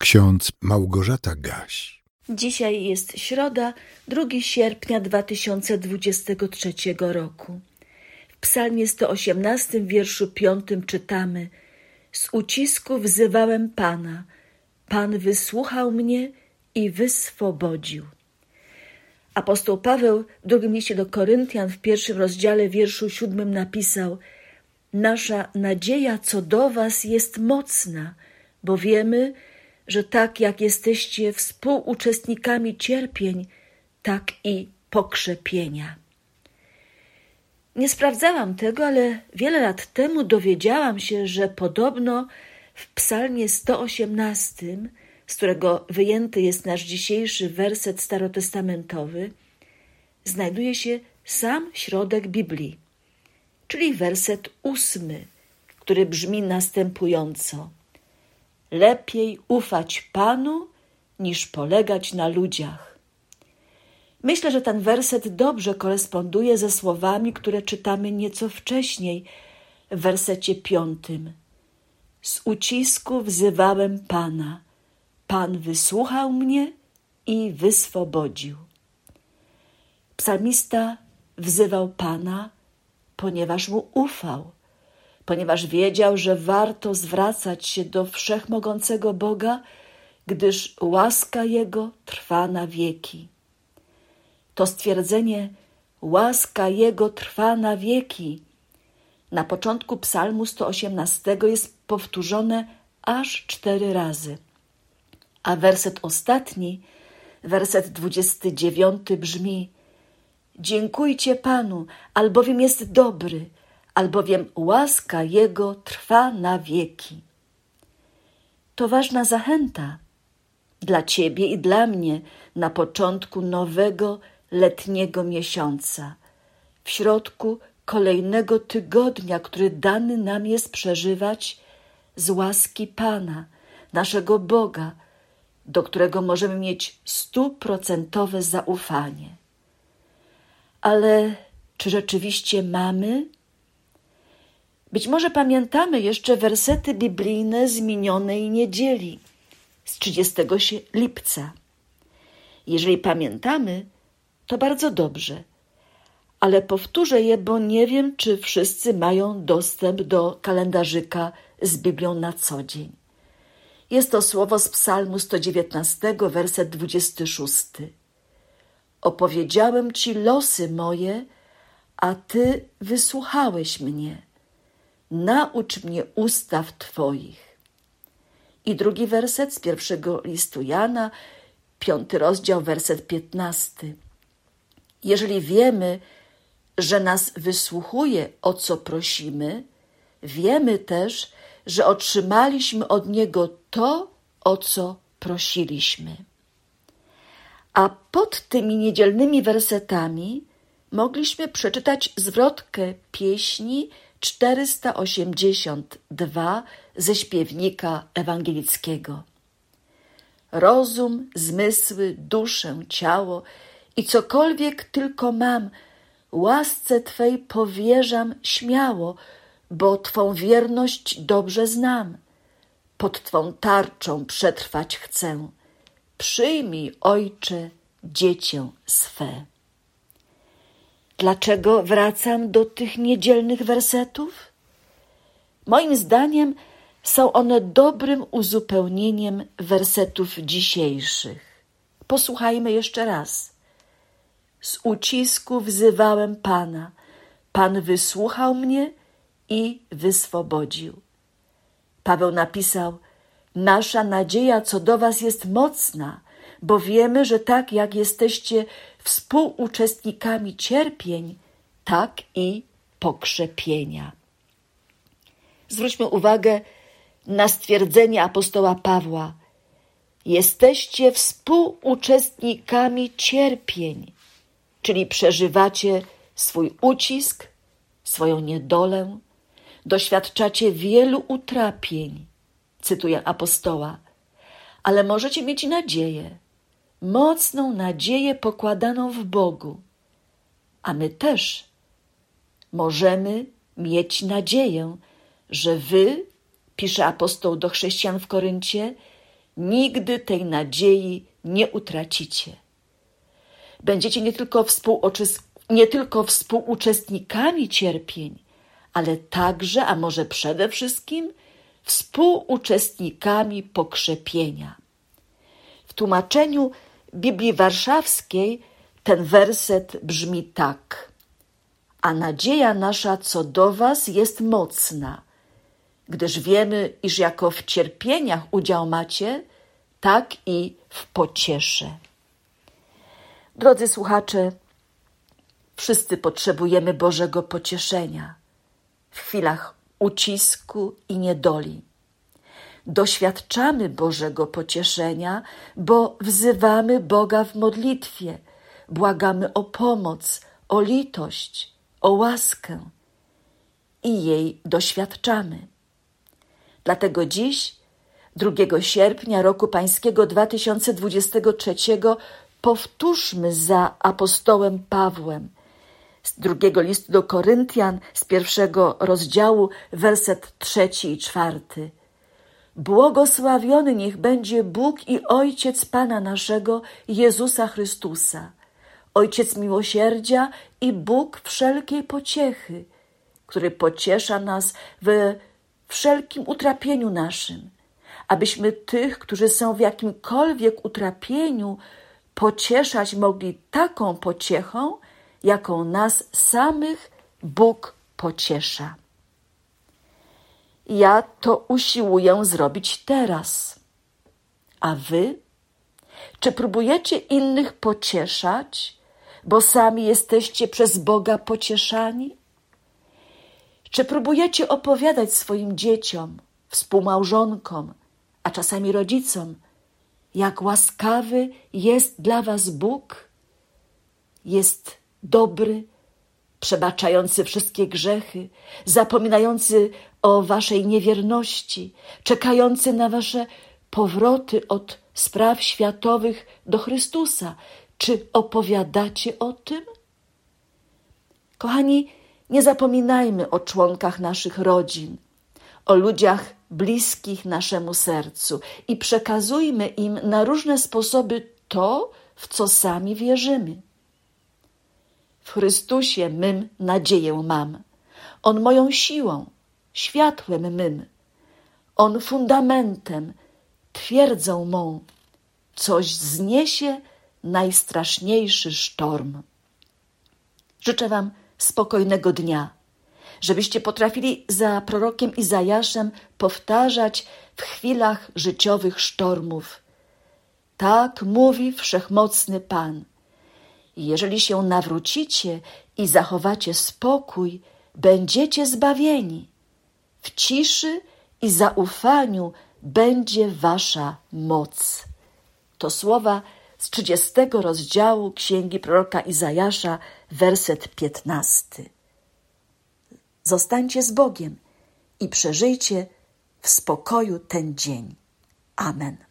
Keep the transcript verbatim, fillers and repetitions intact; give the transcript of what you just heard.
ksiądz Małgorzata Gaś. Dzisiaj jest środa, drugiego sierpnia dwa tysiące dwudziestego trzeciego roku. W psalmie sto osiemnastym, wierszu piątym czytamy: z ucisku wzywałem Pana, Pan wysłuchał mnie i wyswobodził. Apostoł Paweł w drugim liście do Koryntian w pierwszym rozdziale wierszu siódmym napisał: nasza nadzieja co do was jest mocna, bo wiemy, że tak jak jesteście współuczestnikami cierpień, tak i pokrzepienia. Nie sprawdzałam tego, ale wiele lat temu dowiedziałam się, że podobno w psalmie sto osiemnastym, z którego wyjęty jest nasz dzisiejszy werset starotestamentowy, znajduje się sam środek Biblii, czyli werset ósmy, który brzmi następująco: lepiej ufać Panu, niż polegać na ludziach. Myślę, że ten werset dobrze koresponduje ze słowami, które czytamy nieco wcześniej w wersecie piątym. Z ucisku wzywałem Pana, Pan wysłuchał mnie i wyswobodził. Psalmista wzywał Pana, ponieważ mu ufał, ponieważ wiedział, że warto zwracać się do wszechmogącego Boga, gdyż łaska Jego trwa na wieki. To stwierdzenie łaska Jego trwa na wieki na początku psalmu sto osiemnastego jest powtórzone aż cztery razy, a werset ostatni, werset dwudziesty dziewiąty brzmi: dziękujcie Panu, albowiem jest dobry, albowiem łaska Jego trwa na wieki. To ważna zachęta dla Ciebie i dla mnie na początku nowego letniego miesiąca, w środku kolejnego tygodnia, który dany nam jest przeżywać z łaski Pana, naszego Boga, do którego możemy mieć stuprocentowe zaufanie. Ale czy rzeczywiście mamy? Być może pamiętamy jeszcze wersety biblijne z minionej niedzieli, z trzydziestego lipca. Jeżeli pamiętamy, to bardzo dobrze, ale powtórzę je, bo nie wiem, czy wszyscy mają dostęp do kalendarzyka z Biblią na co dzień. Jest to słowo z psalmu sto dziewiętnastego, werset dwudziesty szósty. Opowiedziałem Ci losy moje, a Ty wysłuchałeś mnie. Naucz mnie ustaw Twoich. I drugi werset z pierwszego listu Jana, piąty rozdział, werset piętnasty. Jeżeli wiemy, że nas wysłuchuje, o co prosimy, wiemy też, że otrzymaliśmy od Niego to, o co prosiliśmy. A pod tymi niedzielnymi wersetami mogliśmy przeczytać zwrotkę pieśni czterysta osiemdziesiąt dwa ze śpiewnika ewangelickiego. Rozum, zmysły, duszę, ciało i cokolwiek tylko mam, łasce Twej powierzam śmiało, bo Twą wierność dobrze znam. Pod Twą tarczą przetrwać chcę. Przyjmij, Ojcze, dziecię swe. Dlaczego wracam do tych niedzielnych wersetów? Moim zdaniem są one dobrym uzupełnieniem wersetów dzisiejszych. Posłuchajmy jeszcze raz. Z ucisku wzywałem Pana, Pan wysłuchał mnie i wyswobodził. Paweł napisał: nasza nadzieja co do was jest mocna, bo wiemy, że tak jak jesteście współuczestnikami cierpień, tak i pokrzepienia. Zwróćmy uwagę na stwierdzenie apostoła Pawła: jesteście współuczestnikami cierpień, czyli przeżywacie swój ucisk, swoją niedolę, doświadczacie wielu utrapień, cytuję apostoła, ale możecie mieć nadzieję, mocną nadzieję pokładaną w Bogu, a my też możemy mieć nadzieję, że wy, pisze apostoł do chrześcijan w Koryncie, nigdy tej nadziei nie utracicie. Będziecie nie tylko, współoczys- nie tylko współuczestnikami cierpień, ale także, a może przede wszystkim, współuczestnikami pokrzepienia. W tłumaczeniu Biblii Warszawskiej ten werset brzmi tak: a nadzieja nasza co do was jest mocna, gdyż wiemy, iż jako w cierpieniach udział macie, tak i w pociesze. Drodzy słuchacze, wszyscy potrzebujemy Bożego pocieszenia w chwilach ucisku i niedoli. Doświadczamy Bożego pocieszenia, bo wzywamy Boga w modlitwie, błagamy o pomoc, o litość, o łaskę i jej doświadczamy. Dlatego dziś, drugiego sierpnia roku pańskiego dwa tysiące dwudziestego trzeciego, powtórzmy za apostołem Pawłem z drugiego listu do Koryntian, z pierwszego rozdziału, werset trzeci i czwarty. Błogosławiony niech będzie Bóg i Ojciec Pana naszego, Jezusa Chrystusa, Ojciec miłosierdzia i Bóg wszelkiej pociechy, który pociesza nas we wszelkim utrapieniu naszym, abyśmy tych, którzy są w jakimkolwiek utrapieniu, pocieszać mogli taką pociechą, jaką nas samych Bóg pociesza. Ja to usiłuję zrobić teraz. A wy? Czy próbujecie innych pocieszać, bo sami jesteście przez Boga pocieszani? Czy próbujecie opowiadać swoim dzieciom, współmałżonkom, a czasami rodzicom, jak łaskawy jest dla was Bóg? Jest dobry, przebaczający wszystkie grzechy, zapominający o waszej niewierności, czekający na wasze powroty od spraw światowych do Chrystusa. Czy opowiadacie o tym? Kochani, nie zapominajmy o członkach naszych rodzin, o ludziach bliskich naszemu sercu i przekazujmy im na różne sposoby to, w co sami wierzymy. W Chrystusie mym nadzieję mam. On moją siłą, światłem mym. On fundamentem, twierdzą mą. Coś zniesie najstraszniejszy sztorm. Życzę wam spokojnego dnia, żebyście potrafili za prorokiem Izajaszem powtarzać w chwilach życiowych sztormów. Tak mówi Wszechmocny Pan. Jeżeli się nawrócicie i zachowacie spokój, będziecie zbawieni. W ciszy i zaufaniu będzie wasza moc. To słowa z trzydziestego rozdziału Księgi proroka Izajasza, werset piętnasty. Zostańcie z Bogiem i przeżyjcie w spokoju ten dzień. Amen.